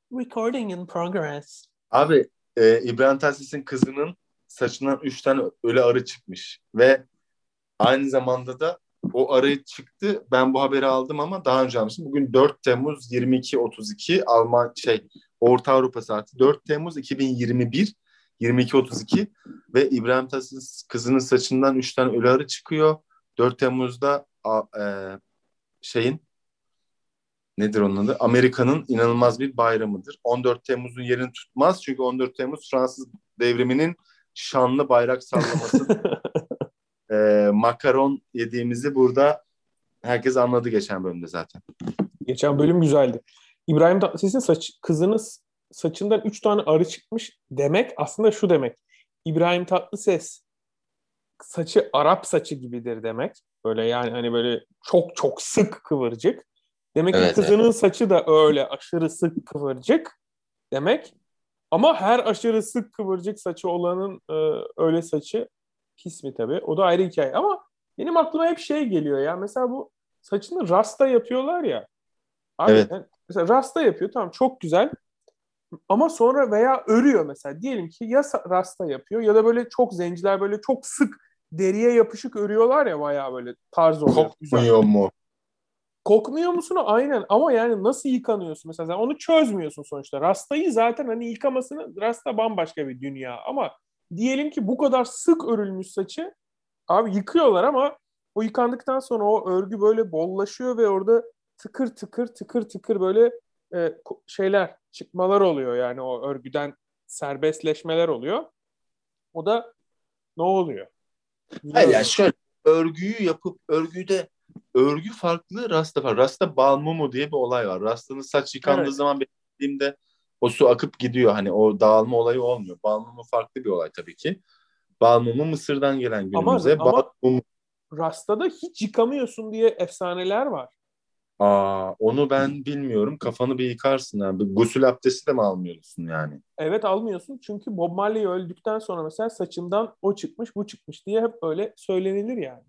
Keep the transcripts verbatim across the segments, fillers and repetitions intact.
Recording in progress. Abi e, İbrahim Tatlıses'in kızının saçından üç tane ölü arı çıkmış. Ve aynı zamanda da o arı çıktı. Ben bu haberi aldım ama daha önce almıştım. Bugün dört Temmuz yirmi iki otuz iki Alman şey Orta Avrupa saati dört Temmuz iki bin yirmi bir yirmi iki otuz iki ve İbrahim Tatlıses kızının saçından üç tane ölü arı çıkıyor. dört Temmuz'da a, e, şeyin nedir onun adı? Amerika'nın inanılmaz bir bayramıdır. on dört Temmuz'un yerini tutmaz. Çünkü on dört Temmuz Fransız devriminin şanlı bayrak sallaması. e, makaron yediğimizi burada herkes anladı geçen bölümde zaten. Geçen bölüm güzeldi. İbrahim Tatlıses'in saç, kızının saçından üç tane arı çıkmış demek aslında şu demek. İbrahim Tatlıses saçı Arap saçı gibidir demek. Böyle yani hani böyle çok çok sık kıvırcık. Demek ki Evet, kızının evet. saçı da öyle aşırı sık kıvırcık demek. Ama her aşırı sık kıvırcık saçı olanın e, öyle saçı pis mi tabii. O da ayrı hikaye. Ama benim aklıma hep şey geliyor ya. Mesela bu saçını rasta yapıyorlar ya. Abi Evet. yani mesela rasta yapıyor, tamam, çok güzel. Ama sonra veya örüyor mesela. Diyelim ki ya rasta yapıyor ya da böyle çok zenciler böyle çok sık deriye yapışık örüyorlar ya, bayağı böyle tarz oluyor. Güzel. Kokmuyor mu? Kokmuyor musun? Aynen, ama yani nasıl yıkanıyorsun mesela? Sen onu çözmüyorsun sonuçta. Rastayı zaten hani yıkamasını, rasta bambaşka bir dünya. Ama diyelim ki bu kadar sık örülmüş saçı abi yıkıyorlar ama o yıkandıktan sonra o örgü böyle bollaşıyor ve orada tıkır tıkır tıkır tıkır böyle e, şeyler, çıkmalar oluyor, yani o örgüden serbestleşmeler oluyor. O da ne oluyor? Yine Hayır yani örüyor. şöyle örgüyü yapıp örgüde örgü farklı, rasta farklı. Rasta bal mumu diye bir olay var. Rastanın saç yıkandığı Evet. zaman beklediğimde o su akıp gidiyor. Hani o dağılma olayı olmuyor. Bal mumu farklı bir olay tabii ki. Bal mumu Mısır'dan gelen Ama günümüze. Bal ama mumu. rastada hiç yıkamıyorsun diye efsaneler var. Aa, onu ben bilmiyorum. Kafanı bir yıkarsın abi. Gusül abdesti de mi almıyorsun yani? Evet, almıyorsun çünkü Bob Marley öldükten sonra mesela saçından o çıkmış bu çıkmış diye hep öyle söylenilir yani.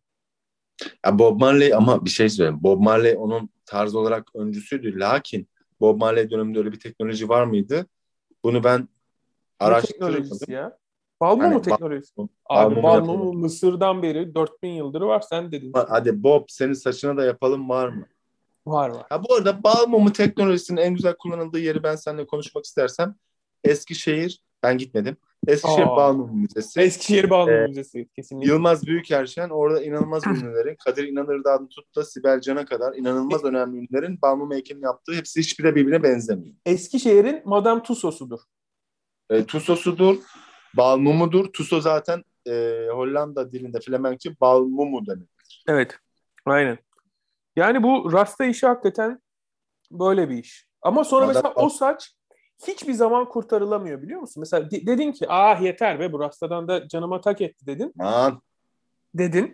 Ya Bob Marley ama bir şey söyleyeyim. Bob Marley onun tarz olarak öncüsüydü. Lakin Bob Marley döneminde öyle bir teknoloji var mıydı? Bunu ben Ne teknolojisi araştırmadım. ya? Balmumu mu Hani bal, teknolojisi? bal Abi mumu yapalım. balmumu Mısır'dan beri dört bin yıldır var, sen dedin şimdi. Hadi Bob senin saçına da yapalım var mı? Var var. Ha bu arada bal mumu teknolojisinin en güzel kullanıldığı yeri ben seninle konuşmak istersem Eskişehir, ben gitmedim. Eskişehir Aa, Bal Mumu Müzesi. Eskişehir Balmumu Ee, Müzesi kesinlikle. Yılmaz Büyükerşen orada inanılmaz ünlülerin, Kadir İnanır'dan tut da Sibel Can'a kadar inanılmaz E- önemli ünlülerin bal mumu ekini yaptığı, hepsi hiçbiri de birbirine benzemiyor. Eskişehir'in Madame Tussauds'udur. E, Tusosudur, bal mumudur. Tuso zaten e, Hollanda dilinde Flemenkçe bal mumu demek. Evet. Aynen. Yani bu rasta işi hakikaten böyle bir iş. Ama sonra Adam mesela o saç hiçbir zaman kurtarılamıyor, biliyor musun? Mesela de- dedin ki ah yeter be, bu rastadan da canıma tak etti dedin. aman Dedin.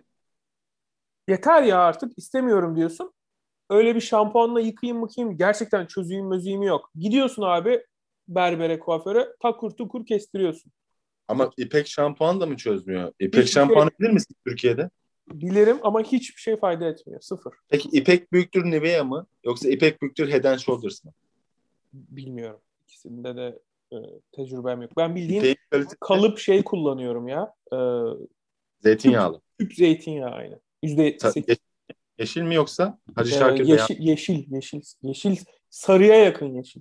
Yeter ya, artık istemiyorum diyorsun. Öyle bir şampuanla yıkayayım mıkayım gerçekten çözeyim mözeyim yok. Gidiyorsun abi berbere, kuaföre, takur tukur kestiriyorsun. ama Saç. İpek şampuan da mı çözmüyor? İpek Hiçbir şampuanı şey bilir misin Türkiye'de? bilirim ama hiçbir şey fayda etmiyor. Sıfır. Peki İpek büyüktür Nivea mı? Yoksa İpek büyüktür Head and Shoulders mı? Bilmiyorum. İkisinde de e, tecrübem yok. Ben bildiğin İpeğin kalitesi kalıp şey kullanıyorum ya. E, tüp, zeytinyağlı. tüp zeytinyağı aynı. yüzde yetmiş Sa- sekiz. ye- Yeşil mi yoksa Hacı E, Şakir beyaz? yeşil, yeşil, yeşil, yeşil, sarıya yakın yeşil.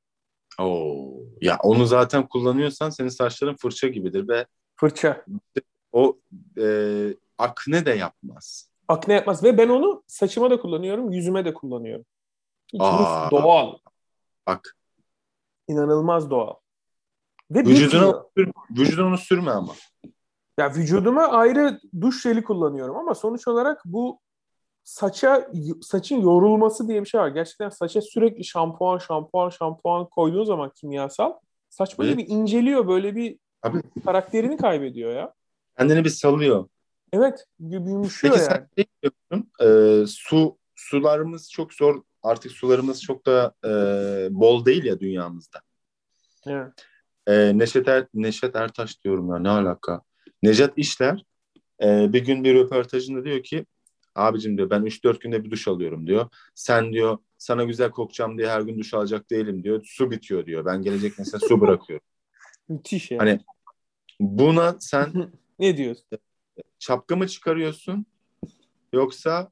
Oo. Ya onu zaten kullanıyorsan senin saçların fırça gibidir ve Fırça. o e, akne de yapmaz. Akne yapmaz ve ben onu saçıma da kullanıyorum, yüzüme de kullanıyorum. Hiç mis, Aa, doğal. bak. İnanılmaz doğal. Ve Vücuduna, bitmiyor. vücuduna onu sürme ama. Ya vücuduma ayrı duş jeli kullanıyorum ama sonuç olarak bu saça saçın yorulması diye bir şey var. Gerçekten saça sürekli şampuan şampuan şampuan koyduğun zaman kimyasal, saç böyle Ve bir inceliyor, böyle bir abi karakterini kaybediyor ya. kendini bir salıyor. Evet, bir yumuşuyor Peki sen yani. ne diyorsun? Ee, su sularımız çok zor. Artık sularımız çok da e, bol değil ya dünyamızda. Evet. Ee, Neşet, er, Neşet Ertaş diyorum ya, ne alaka? Nejat İşler e, bir gün bir röportajında diyor ki Abicim diyor ben üç dört günde bir duş alıyorum diyor. Sen diyor sana güzel kokacağım diye her gün duş alacak değilim diyor. Su bitiyor diyor. Ben gelecek mesela su bırakıyorum. Müthiş ya. Hani buna sen Ne diyorsun? şapka mı çıkarıyorsun yoksa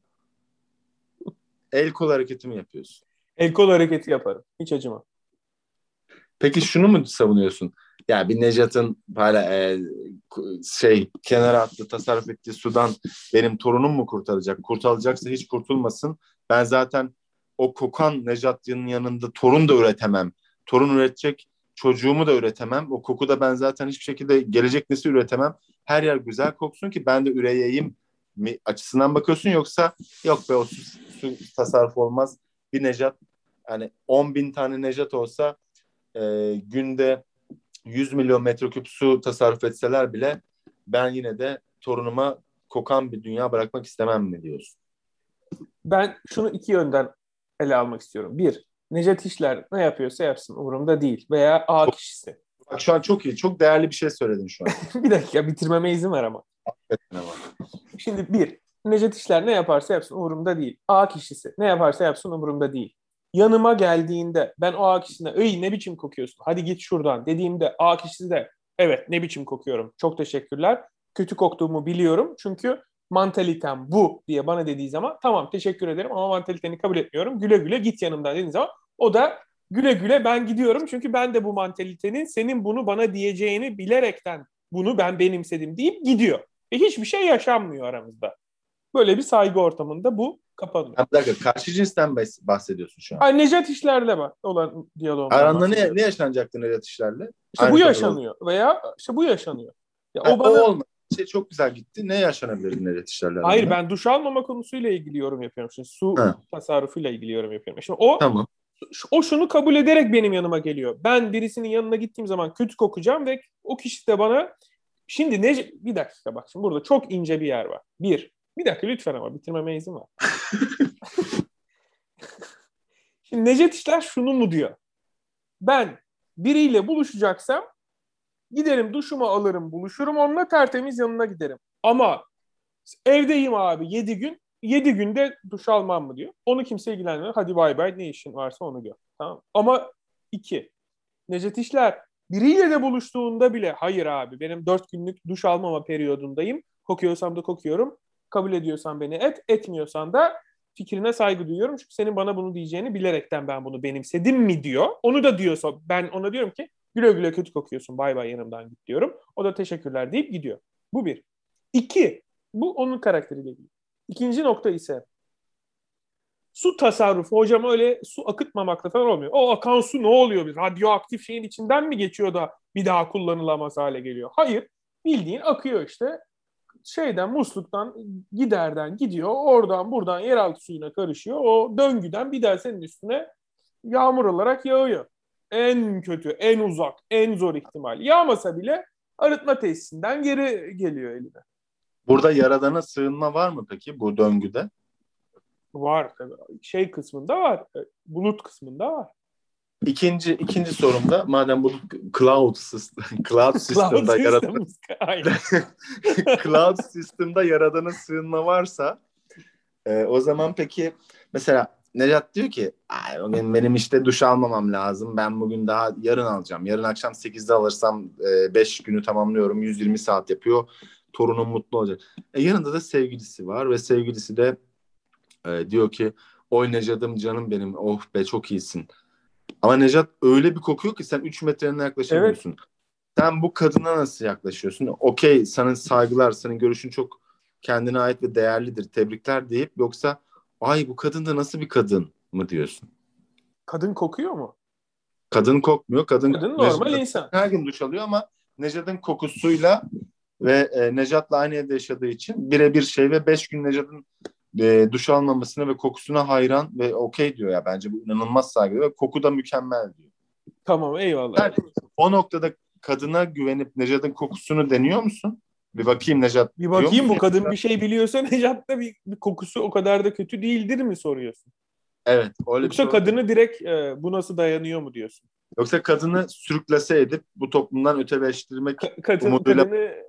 el kol hareketi mi yapıyorsun? El kol hareketi yaparım. Hiç acımam. Peki şunu mu savunuyorsun? Ya bir Nejat'ın hala e, şey kenara attığı tasarruf ettiği sudan benim torunum mu kurtaracak? Kurtaracaksa hiç kurtulmasın. Ben zaten o kokan Nejat'ın yanında torun da üretemem. Torun üretecek çocuğumu da üretemem. O koku da ben zaten hiçbir şekilde gelecek nesil üretemem. Her yer güzel koksun ki ben de üreyeyim mi açısından bakıyorsun yoksa yok be o su, su tasarrufu olmaz. Bir Nejat hani on bin tane Nejat olsa e, günde yüz milyon metreküp su tasarruf etseler bile ben yine de torunuma kokan bir dünya bırakmak istemem mi diyorsun? Ben şunu iki yönden ele almak istiyorum. Bir, Nejat İşler ne yapıyorsa yapsın umurumda değil. Veya A kişisi. Bak şu an çok iyi, çok değerli bir şey söyledin şu an. Bir dakika bitirmeme izin ver ama. Şimdi bir, Nejat İşler ne yaparsa yapsın umurumda değil. A kişisi ne yaparsa yapsın umurumda değil. Yanıma geldiğinde ben o A kişisine ey ne biçim kokuyorsun hadi git şuradan dediğimde A kişisi de evet ne biçim kokuyorum çok teşekkürler. Kötü koktuğumu biliyorum çünkü mantalitem bu diye bana dediği zaman tamam teşekkür ederim ama mantaliteni kabul etmiyorum. Güle güle git yanımdan dediği zaman o da güle güle ben gidiyorum çünkü ben de bu mantalitenin senin bunu bana diyeceğini bilerekten bunu ben benimsedim deyip gidiyor. Ve hiçbir şey yaşanmıyor aramızda. Böyle bir saygı ortamında bu kapanıyor. Bir dakika, karşı cinsten bahsediyorsun şu an. Ay, Nejat İşler'le bak olan diyaloğumdan Aranda ne, ne yaşanacaktı Nejat İşler'le? İşte Aynı bu yaşanıyor olur. Veya işte bu yaşanıyor. Ya ha, o bana o olmadı. Şey çok güzel gitti. Ne yaşanabilir Nejat İşler'le? Hayır ben duş almama konusuyla ilgili yorum yapıyorum. Şimdi su ha. tasarrufuyla ilgili yorum yapıyorum. Şimdi o tamam. O şunu kabul ederek benim yanıma geliyor. Ben birisinin yanına gittiğim zaman kötü kokacağım ve o kişi de bana şimdi ne bir dakika bak şimdi burada çok ince bir yer var. Bir, bir dakika lütfen ama bitirmeme izin var. Şimdi Nejat İşler şunu mu diyor? Ben biriyle buluşacaksam giderim duşumu alırım buluşurum onunla tertemiz yanına giderim. Ama evdeyim abi yedi gün. Yedi günde duş almam mı diyor. Onu kimse ilgilenmiyor. Hadi bay bay ne işin varsa onu gör. Tamam. Ama iki. Nejat İşler biriyle de buluştuğunda bile hayır abi benim dört günlük duş almama periyodundayım. Kokuyorsam da kokuyorum. Kabul ediyorsan beni et. Etmiyorsan da fikrine saygı duyuyorum. Çünkü senin bana bunu diyeceğini bilerekten ben bunu benimsedim mi diyor. Onu da diyorsa ben ona diyorum ki güle güle kötü kokuyorsun bay bay yanımdan git diyorum. O da teşekkürler deyip gidiyor. Bu bir. İki. Bu onun karakteriyle ilgili. İkinci nokta ise su tasarrufu. Hocam öyle su akıtmamakla falan olmuyor. O akan su ne oluyor? Bir radyoaktif şeyin içinden mi geçiyor da bir daha kullanılamaz hale geliyor? Hayır. Bildiğin akıyor işte. Şeyden, musluktan, giderden gidiyor. Oradan buradan yeraltı suyuna karışıyor. O döngüden bir daha senin üstüne yağmur olarak yağıyor. En kötü, en uzak, en zor ihtimal. Yağmasa bile arıtma tesisinden geri geliyor eline. Burada yaradana sığınma var mı peki bu döngüde? Var. Şey kısmında var. Bulut kısmında var. İkinci ikinci sorumda madem bu cloud system, cloud system'da yaradana cloud system'da yaradana sığınma varsa e, o zaman peki mesela Nejat diyor ki bugün benim işte duş almamam lazım. Ben bugün daha yarın alacağım. Yarın akşam sekizde alırsam e, beş günü tamamlıyorum. yüz yirmi saat yapıyor. Torunum mutlu olacak. E, yanında da sevgilisi var ve sevgilisi de e, diyor ki oy Nejat'ım canım benim. Oh be çok iyisin. Ama Nejat öyle bir kokuyor ki sen üç metrene yaklaşamıyorsun. Evet. Sen bu kadına nasıl yaklaşıyorsun? Okey senin saygılar, senin görüşün çok kendine ait ve değerlidir. Tebrikler deyip yoksa ay bu kadın da nasıl bir kadın mı diyorsun? Kadın kokuyor mu? Kadın kokmuyor. Kadın, kadın normal Nejat, insan. Her gün duş alıyor ama Nejat'ın kokusuyla ve e, Nejat'la aynı evde yaşadığı için birebir şey ve beş gün Nejat'ın e, duş almamasına ve kokusuna hayran ve okey diyor ya bence bu inanılmaz saygı ve koku da mükemmel diyor. Tamam eyvallah. Yani, o noktada kadına güvenip Nejat'ın kokusunu deniyor musun? Bir bakayım Nejat. Bir bakayım bu kadın ya? Bir şey biliyorsa Nejat'ta bir, bir kokusu o kadar da kötü değildir mi soruyorsun? Evet. Öyle Yoksa bir kadını direkt e, bu nasıl dayanıyor mu diyorsun? Yoksa kadını sürüklese edip bu toplumdan ötebeştirmek Ka- kadın, umuduyla... Kadını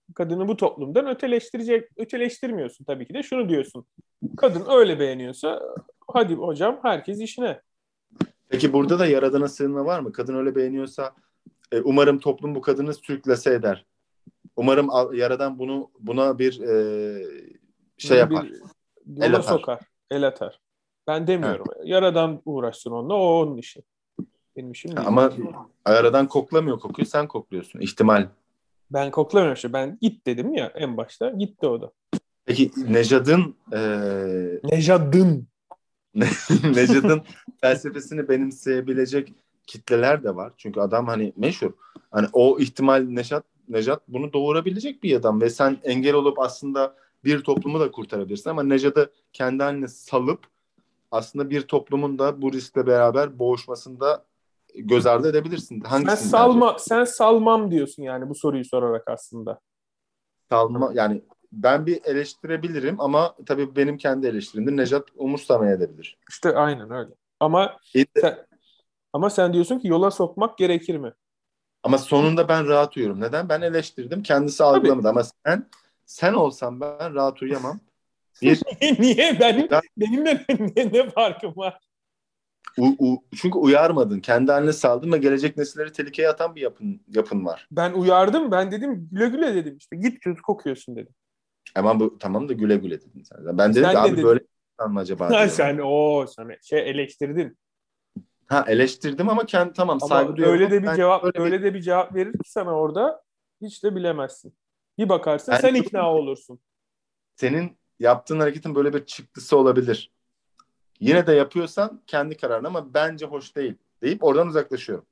Kadını bu toplumdan öteleştirecek, öteleştirmiyorsun tabii ki de. Şunu diyorsun. Kadın öyle beğeniyorsa hadi hocam herkes işine. Peki burada da yaradana sığınma var mı? Kadın öyle beğeniyorsa e, umarım toplum bu kadını sürüklese eder. Umarım al- yaradan bunu buna bir e, şey Bunu yapar. bir El yola atar. sokar, el atar. Ben Ha. demiyorum. Yaradan uğraşsın onunla, o onun işi. Benim işim değil. Ama yaradan koklamıyor kokuyu, sen kokluyorsun. İhtimal. Ben koklamıyorum işte. Ben git dedim ya en başta. Gitti o da. Peki Nejad'ın e, Nejadın. Nejad'ın felsefesini benimseyebilecek kitleler de var. Çünkü adam hani meşhur. Hani o ihtimal Nejat, Nejat bunu doğurabilecek bir adam ve sen engel olup aslında bir toplumu da kurtarabilirsin ama Nejat'ı kendi haline salıp aslında bir toplumun da bu riskle beraber boğuşmasında göz ardı edebilirsin. Sen Hangisini tercih edersin? salma, sen salmam diyorsun yani bu soruyu sorarak aslında. Salma, yani ben bir eleştirebilirim ama tabii benim kendi eleştirimdir. Nejat umursamayabilir. İşte aynen öyle. Ama İyi de- sen, ama sen diyorsun ki yola sokmak gerekir mi? Ama sonunda ben rahat uyuyorum. Neden? Ben eleştirdim. Kendisi Tabii. algılamadı. Ama sen sen olsan ben rahat uyuyamam. Bir Niye? Niye? Benim, benimle ne, ne farkım var? u, u, çünkü uyarmadın. Kendi haline saldın ve gelecek nesilleri tehlikeye atan bir yapın yapın var. Ben uyardım. Ben dedim güle güle dedim işte. Git kötü kokuyorsun dedim. Ama bu tamam da güle güle dedin sen. Ben dedim ki Sen de abi böyle dedin. insan mı acaba Ha, diyorum. sen o sana şey eleştirdin. Ha, eleştirdim ama kendi tamam, Ama saygı duyuyorum öyle ama de bir ben cevap böyle bir öyle de bir cevap verir ki sana orada hiç de bilemezsin. Bir bakarsın ben sen diyorum ikna ki olursun. senin yaptığın hareketin böyle bir çıktısı olabilir. Yine de yapıyorsan kendi kararın ama bence hoş değil deyip oradan uzaklaşıyorum.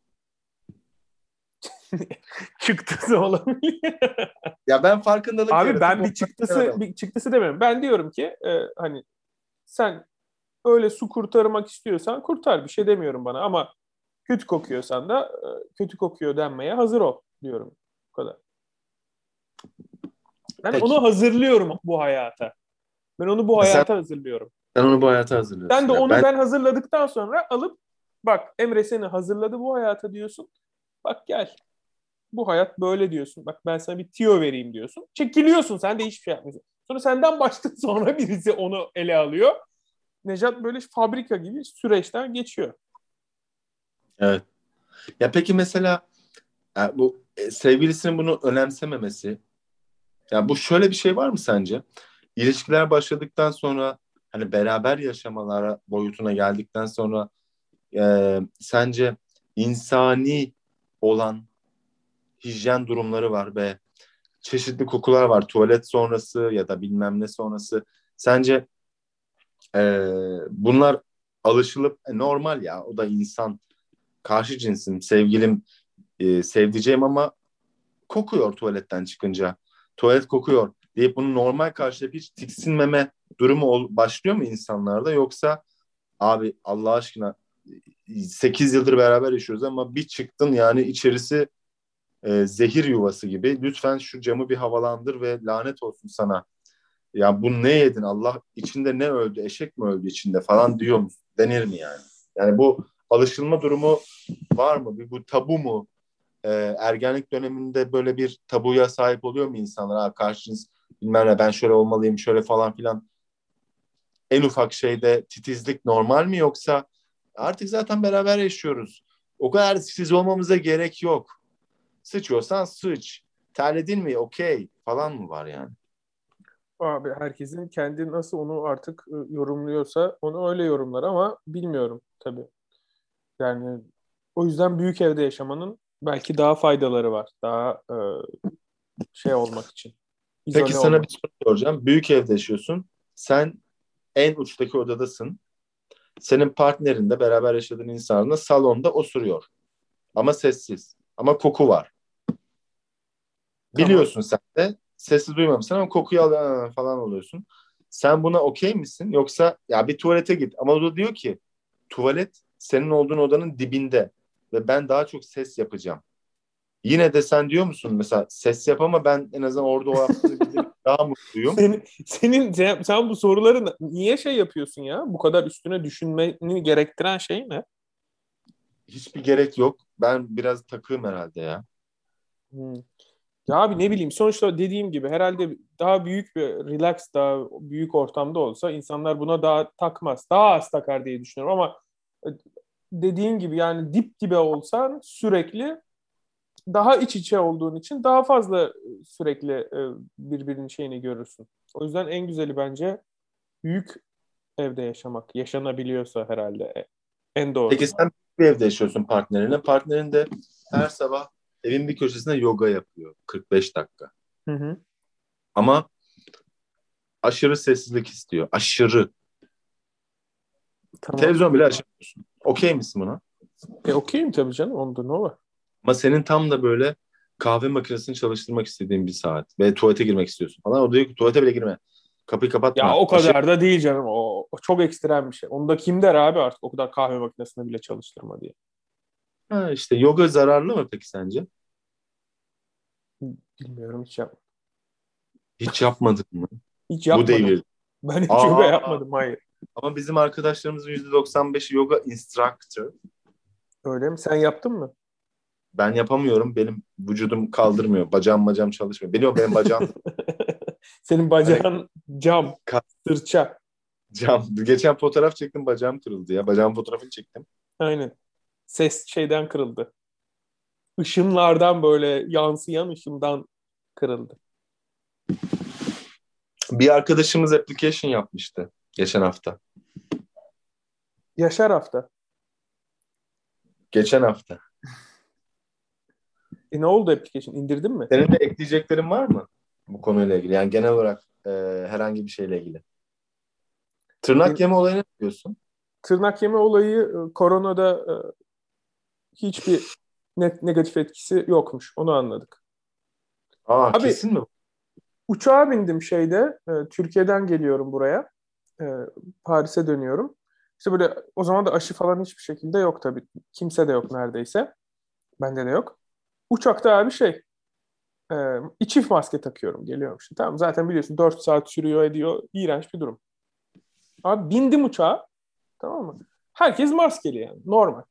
Çıktısı olabilir. Ya ben farkındalık Abi yaratıp ben bir oradan çıkan çıktısı adamım. bir çıktısı demiyorum. Ben diyorum ki e, hani sen öyle su kurtarmak istiyorsan kurtar bir şey demiyorum bana ama kötü kokuyorsan da e, kötü kokuyor denmeye hazır ol diyorum. Bu kadar. Ben onu Peki. hazırlıyorum bu hayata. Ben onu bu Ya Sen, hayata hazırlıyorum. sen onu bu hayata Sen hazırlıyorsun. de Ya onu ben ben hazırladıktan sonra alıp bak Emre seni hazırladı bu hayata diyorsun. Bak gel bu hayat böyle diyorsun. Bak ben sana bir tiyo vereyim diyorsun. Çekiliyorsun sen de hiçbir şey yapmıyorsun. Sonra senden başta sonra birisi onu ele alıyor. Nejat böyle fabrika gibi süreçten geçiyor. evet. Ya peki mesela ya bu e, sevgilisinin bunu önemsememesi, ya bu şöyle bir şey var mı sence? İlişkiler başladıktan sonra hani beraber yaşamalara boyutuna geldikten sonra e, sence insani olan hijyen durumları var ve çeşitli kokular var. Tuvalet sonrası ya da bilmem ne sonrası. Sence e, bunlar alışılıp e, normal ya, o da insan, karşı cinsim, sevgilim, e, sevdiceğim ama kokuyor tuvaletten çıkınca. Tuvalet kokuyor deyip bunu normal karşılayıp hiç tiksinmeme durumu ol, başlıyor mu insanlarda, yoksa abi Allah aşkına sekiz yıldır beraber yaşıyoruz ama bir çıktın yani içerisi e, zehir yuvası gibi. Lütfen şu camı bir havalandır ve lanet olsun sana. Ya bu ne yedin, Allah içinde ne öldü, eşek mi öldü içinde falan diyor mu? Denir mi yani? Yani bu alışılma durumu var mı? Bir, bu tabu mu? Ee, ergenlik döneminde böyle bir tabuya sahip oluyor mu insanlar? Ha, karşınız bilmem ne, ben şöyle olmalıyım şöyle falan filan. En ufak şeyde titizlik normal mi, yoksa artık zaten beraber yaşıyoruz, o kadar titiz olmamıza gerek yok. Sıçıyorsan sıç. Terledin mi? Okey. Falan mı var yani? Abi herkesin kendi nasıl onu artık e, yorumluyorsa onu öyle yorumlar ama bilmiyorum tabii. Yani o yüzden büyük evde yaşamanın belki daha faydaları var. Daha e, şey olmak için. Peki İzole sana bir olmak. soru soracağım. Büyük evde yaşıyorsun. Sen en uçtaki odadasın. Senin partnerin de beraber yaşadığın insanla salonda osuruyor. Ama sessiz. Ama koku var. Tamam. Biliyorsun sen de. Sesi duymamışsın ama kokuyu al falan oluyorsun. Sen buna okey misin? Yoksa ya bir tuvalete git. Ama o da diyor ki tuvalet senin olduğun odanın dibinde ve ben daha çok ses yapacağım. Yine de sen diyor musun mesela ses yap ama ben en azından orada o yaptığını bildiğim için daha mutluyum. Senin, senin sen, sen bu soruları niye şey yapıyorsun ya? Bu kadar üstüne düşünmeni gerektiren şey ne? Hiçbir gerek yok. Ben biraz takığım herhalde ya. Hmm. Ya abi ne bileyim sonuçta dediğim gibi herhalde daha büyük bir relax, daha büyük ortamda olsa insanlar buna daha takmaz. Daha az takar diye düşünüyorum ama e, dediğin gibi yani dip dibe olsan sürekli daha iç içe olduğun için daha fazla e, sürekli e, birbirinin şeyini görürsün. O yüzden en güzeli bence büyük evde yaşamak. Yaşanabiliyorsa herhalde e, en Peki doğrusu. sen bir evde yaşıyorsun partnerinle. Partnerin de her sabah evin bir köşesinde yoga yapıyor. kırk beş dakika. Hı hı. Ama aşırı sessizlik istiyor. Aşırı. Tamam. Televizyon bile açamıyorsun. Okey misin buna? E okeyim tabii canım. Onda ne var? Ama senin tam da böyle kahve makinesini çalıştırmak istediğin bir saat. Ve tuvalete girmek istiyorsun falan. O diyor ki tuvalete bile girme. Kapıyı Ya kapatma. o Aşırı. kadar da değil canım. O, o çok ekstrem bir şey. Onu da kim der abi artık o kadar kahve makinesini bile çalıştırma diye. Ha, işte yoga zararlı mı peki sence? Bilmiyorum hiç yap Hiç yapmadın mı? hiç Bu yapmadım. devir. Ben hiç yoga Aa, yapmadım. Hayır. ama bizim arkadaşlarımızın yüzde doksan beşi yoga instructor. Öyle mi? Sen yaptın mı? Ben yapamıyorum. Benim vücudum kaldırmıyor. Bacağım bacağım çalışmıyor. Biliyorum benim bacağım Senin hani bacağın cam, ka- sırça. cam. Geçen fotoğraf çektim bacağım kırıldı ya. Bacağım fotoğrafını çektim. Aynen. Ses şeyden kırıldı. Işınlardan böyle yansıyan ışından kırıldı. Bir arkadaşımız application yapmıştı geçen hafta. Yaşar hafta. Geçen hafta. E ne oldu application? İndirdin mi? Senin de ekleyeceklerin var mı bu konuyla ilgili? Yani genel olarak e, herhangi bir şeyle ilgili. Tırnak Benim, yeme olayını ne diyorsun? tırnak yeme olayı e, koronada e, hiçbir net negatif etkisi yokmuş. Onu anladık. Aa, Abi kesin mi? uçağa bindim şeyde. e, Türkiye'den geliyorum buraya. E, Paris'e dönüyorum. İşte böyle o zaman da aşı falan hiçbir şekilde yok tabii. Kimse de yok neredeyse. Bende de yok. Uçakta abi şey e, çift maske takıyorum. Geliyorum işte. Tamam zaten biliyorsun dört saat sürüyor ediyor. İğrenç bir durum. Abi bindim uçağa. Tamam mı? Herkes maskeli yani. Normal.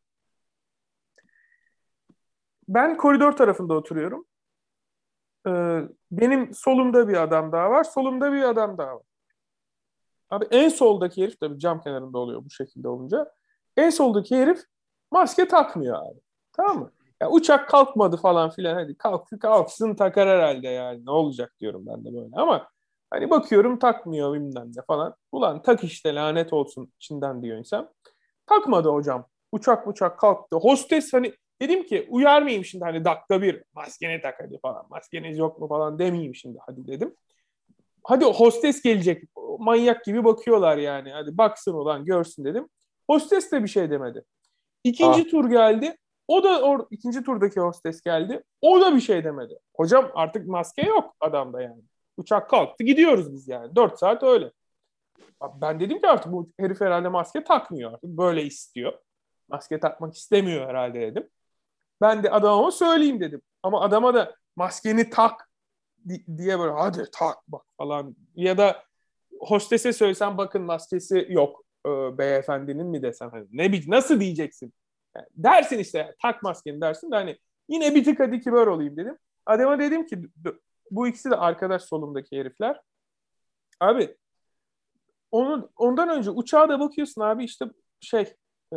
Ben koridor tarafında oturuyorum. Ee, benim solumda bir adam daha var. Solumda bir adam daha var. Abi en soldaki herif tabii cam kenarında oluyor bu şekilde olunca. En soldaki herif maske takmıyor abi. Tamam mı? Ya uçak kalkmadı falan filan. Hadi kalktı kalksın takar herhalde yani. Ne olacak diyorum ben de böyle. Ama hani bakıyorum takmıyor bilmem ne falan. Ulan tak işte lanet olsun içinden diyor insan. Takmadı hocam. Uçak uçak kalktı. Hostes hani dedim ki uyarmayayım şimdi hani dakika bir maskeni tak hadi falan. Maskeniz yok mu falan demeyeyim şimdi hadi dedim. Hadi hostes gelecek. Manyak gibi bakıyorlar yani. Hadi baksın ulan görsün dedim. Hostes de bir şey demedi. Ah, İkinci tur geldi. O da or ikinci turdaki hostes geldi. O da bir şey demedi. Hocam artık maske yok adamda yani. Uçak kalktı gidiyoruz biz yani. Dört saat öyle. Ben dedim ki artık bu herif herhalde maske takmıyor artık. Böyle istiyor. Maske takmak istemiyor herhalde dedim. Ben de adama söyleyeyim dedim. Ama adama da maskeni tak diye böyle hadi tak bak falan. Ya da hostese söylesem bakın maskesi yok e, beyefendinin mi desem. Hani ne nasıl diyeceksin? Yani dersin işte tak maskeni dersin de hani yine bir tık hadi kibar olayım dedim. Adama dedim ki bu ikisi de arkadaş solumdaki herifler. Abi onun, ondan önce uçağa da bakıyorsun abi işte şey, e,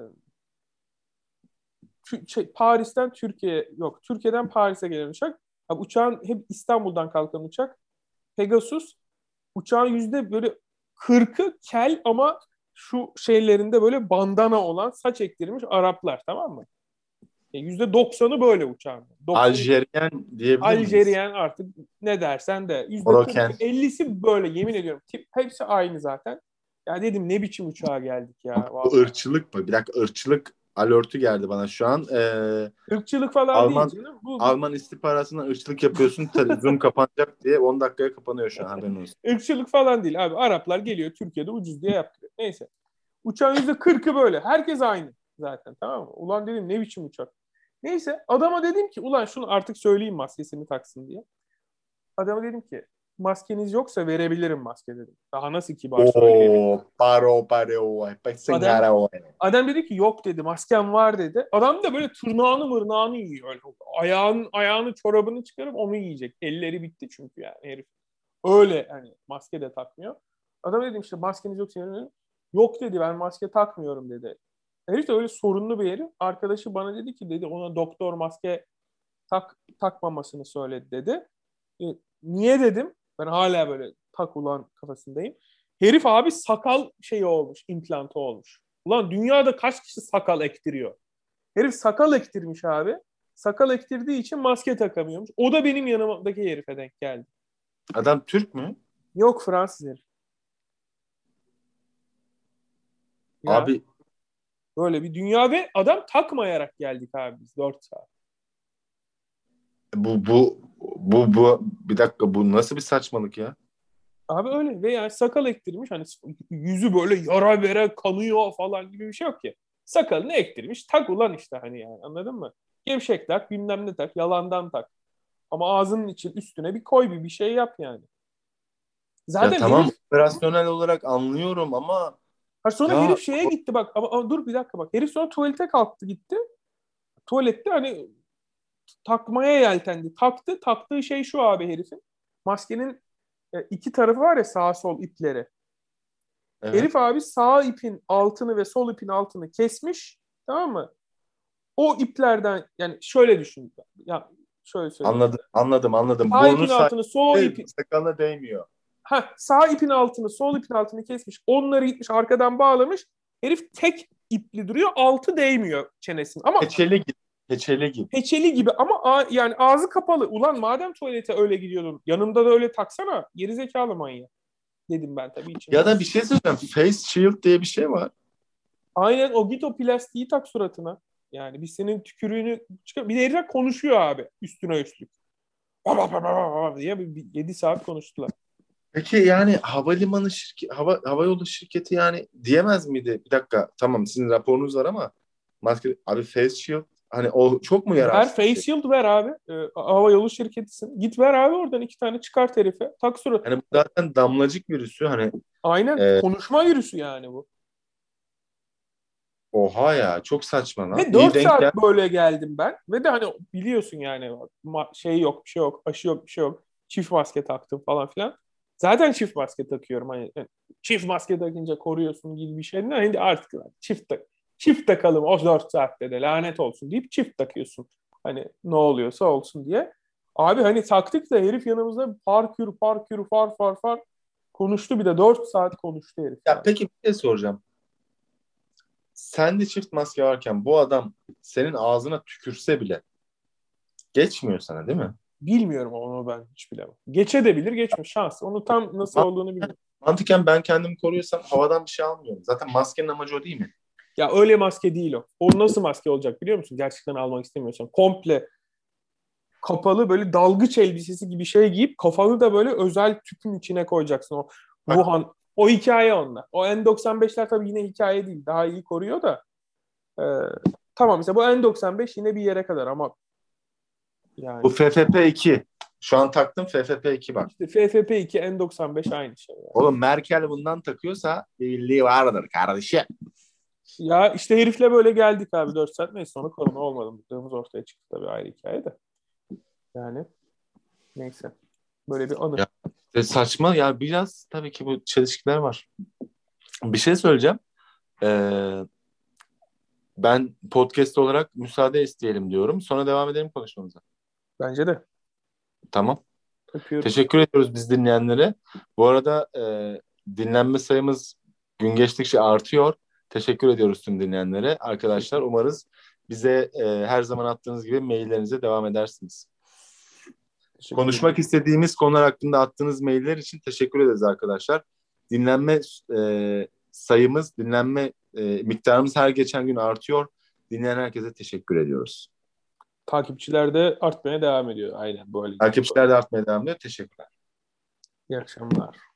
tü- şey Paris'ten Türkiye yok Türkiye'den Paris'e gelen uçak. Abi uçağın hep İstanbul'dan kalkan uçak. Pegasus uçağın yüzde böyle kırkı kel ama şu şeylerinde böyle bandana olan saç ektirilmiş Araplar tamam mı? E, yüzde doksanı böyle uçağın. doksanı Aljeryen diyebilir miyiz? Aljeryen artık ne dersen de yüzde kırkı Oroken. ellisi böyle yemin ediyorum. Tip, hepsi aynı zaten. Ya dedim ne biçim uçağa geldik ya Bu vallahi. ırkçılık mı? Bir dakika ırkçılık alertü geldi bana şu an. Ee, Irkçılık falan değil Alman canım. Bu, bu Alman istihbaratına ırkçılık yapıyorsun. Tabii Zoom kapanacak diye on dakikaya kapanıyor şu an haberin olsun. ırkçılık falan değil abi. Araplar geliyor Türkiye'de ucuz diye yaptırıyor. Neyse. Uçağın yüzde kırkı böyle. Herkes aynı zaten tamam mı? Ulan dedim ne biçim uçak. Neyse adama dedim ki ulan şunu artık söyleyeyim maskesini taksın diye. Adama dedim ki maskeniz yoksa verebilirim maske dedim. Daha nasıl kibar söyleyeyim. Oo, paro paro. Adam, Pesengara o. adam dedi ki yok dedi, maskem var dedi. Adam da böyle tırnağını mırnağını yiyor. Öyle. Ayağın, ayağını çorabını çıkarıp onu yiyecek. Elleri bitti çünkü yani herif. Öyle hani maske de takmıyor. Adam dedim işte maskeniz yok senin. Yok dedi, ben maske takmıyorum dedi. Herif de öyle sorunlu bir herif. Arkadaşı bana dedi ki dedi ona doktor maske tak takmamasını söyledi dedi. E, niye dedim? Ben hala böyle tak ulan kafasındayım. Herif abi sakal şeyi olmuş, implantı olmuş. Ulan dünyada kaç kişi sakal ektiriyor? Herif sakal ektirmiş abi. Sakal ektirdiği için maske takamıyormuş. O da benim yanımdaki herife denk geldi. Adam Türk mü? Yok, Fransız herif. Ya, Abi böyle bir dünya ve adam takmayarak geldik abi biz dört saat. bu bu bu bu bir dakika, bu nasıl bir saçmalık ya? Abi öyle ve yani sakal ektirmiş, hani yüzü böyle yara bere kanıyor falan gibi bir şey yok ki. Sakalını ektirmiş, tak ulan işte, hani yani anladın mı? Gevşek tak, bilmem ne tak, yalandan tak. Ama ağzının için üstüne bir koy, bir bir şey yap yani. Ya Zaten tamam, herif, operasyonel olarak anlıyorum ama ha sonra ya herif şeye gitti bak, ama, ama dur bir dakika bak. Herif sonra tuvalete kalktı gitti. Tuvalette hani takmaya yeltendi. Taktı, taktığı şey şu abi herifin. Maskenin e, iki tarafı var ya, sağ sol ipleri. evet, Herif abi sağ ipin altını ve sol ipin altını kesmiş. Tamam mı? O iplerden yani şöyle düşün. Ya şöyle söyleyeyim anladım sana. anladım anladım. Sağ Burnu ipin altını, sol sayesinde ipi, sakalına değmiyor. ha sağ ipin altını, sol ipin altını kesmiş. Onları gitmiş arkadan bağlamış. Herif tek ipli duruyor. Altı değmiyor çenesinin. Ama Peçeli gibi. Peçeli gibi. peçeli gibi, ama a- yani ağzı kapalı. Ulan madem tuvalete öyle gidiyordun, yanımda da öyle taksana. Gerizekalı manyak. Dedim ben tabii Ya içimden. da bir şey söyleyeceğim. Face shield diye bir şey var. Aynen, o git o plastiği tak suratına. Yani biz senin tükürüğünü çıkar. Bir de herifler konuşuyor abi üstüne üstlük. Diye bir yedi saat konuştular. Peki yani havalimanı şirket, hava havayolu şirketi yani diyemez miydi? Bir dakika, tamam sizin raporunuz var ama maske abi, face shield hani o çok mu Ver yararsız bir face şey? shield ver abi. Ee, hava yolu şirketisin. Git ver abi oradan iki tane çıkart herife. Tak surat. Hani bu zaten damlacık virüsü, hani Aynen e, konuşma virüsü yani bu. oha ya, çok saçma lan. Ve İyi dört denk gel. saat böyle geldim ben. Ve de hani biliyorsun yani ma- şey yok, bir şey yok, aşı yok, bir şey yok. Çift maske taktım falan filan. Zaten çift maske takıyorum. Hani yani çift maske takınca koruyorsun gibi bir şey. Hani artık çift tak çift takalım o dört saatte de lanet olsun deyip çift takıyorsun. Hani ne oluyorsa olsun diye. Abi hani taktık da herif yanımızda parkür parkür far far far konuştu, bir de dört saat konuştu herif Ya yani. peki bir şey soracağım. Sende çift maske varken bu adam senin ağzına tükürse bile geçmiyor sana, değil mi? Bilmiyorum, onu ben hiç bilemem. Geçe de bilir, geçme şans. Onu tam nasıl olduğunu Mantıken, bilmiyorum. mantıken ben kendimi koruyorsam havadan bir şey almıyorum. Zaten maskenin amacı o değil mi? Ya öyle maske değil o. O nasıl maske olacak biliyor musun? Gerçekten almak istemiyorsan. Komple kapalı böyle dalgıç elbisesi gibi şey giyip kafanı da böyle özel tüpün içine koyacaksın. O Bak, Wuhan. O hikaye onda. O N doksan beşler tabii yine hikaye değil. Daha iyi koruyor da. Ee, tamam mesela bu N doksan beş yine bir yere kadar ama bu yani F F P iki. Şu an taktım F F P iki bak. işte F F P iki N doksan beş aynı şey yani. Oğlum Merkel bundan takıyorsa bir bildiği vardır kardeşim. Ya işte herifle böyle geldik abi dört saat. Neyse sonra korona olmadı. Mutluluğumuz ortaya çıktı tabii, ayrı hikaye de. Yani neyse. Böyle bir anı. Ya, e, saçma ya, biraz tabii ki bu çelişkiler var. Bir şey söyleyeceğim. Ee, ben podcast olarak müsaade isteyelim diyorum. Sonra devam edelim konuşmamıza. Bence de. Tamam. Öpüyorum. Teşekkür ediyoruz biz dinleyenlere. Bu arada e, dinlenme sayımız gün geçtikçe artıyor. Teşekkür ediyoruz tüm dinleyenlere. Arkadaşlar umarız bize e, her zaman attığınız gibi maillerinize devam edersiniz. Teşekkür ederim. Konuşmak istediğimiz konular hakkında attığınız mailler için teşekkür ederiz arkadaşlar. Dinlenme e, sayımız, dinlenme e, miktarımız her geçen gün artıyor. Dinleyen herkese teşekkür ediyoruz. Takipçiler de artmaya devam ediyor. Aynen böyle. Takipçiler de artmaya devam ediyor. Teşekkürler. İyi akşamlar.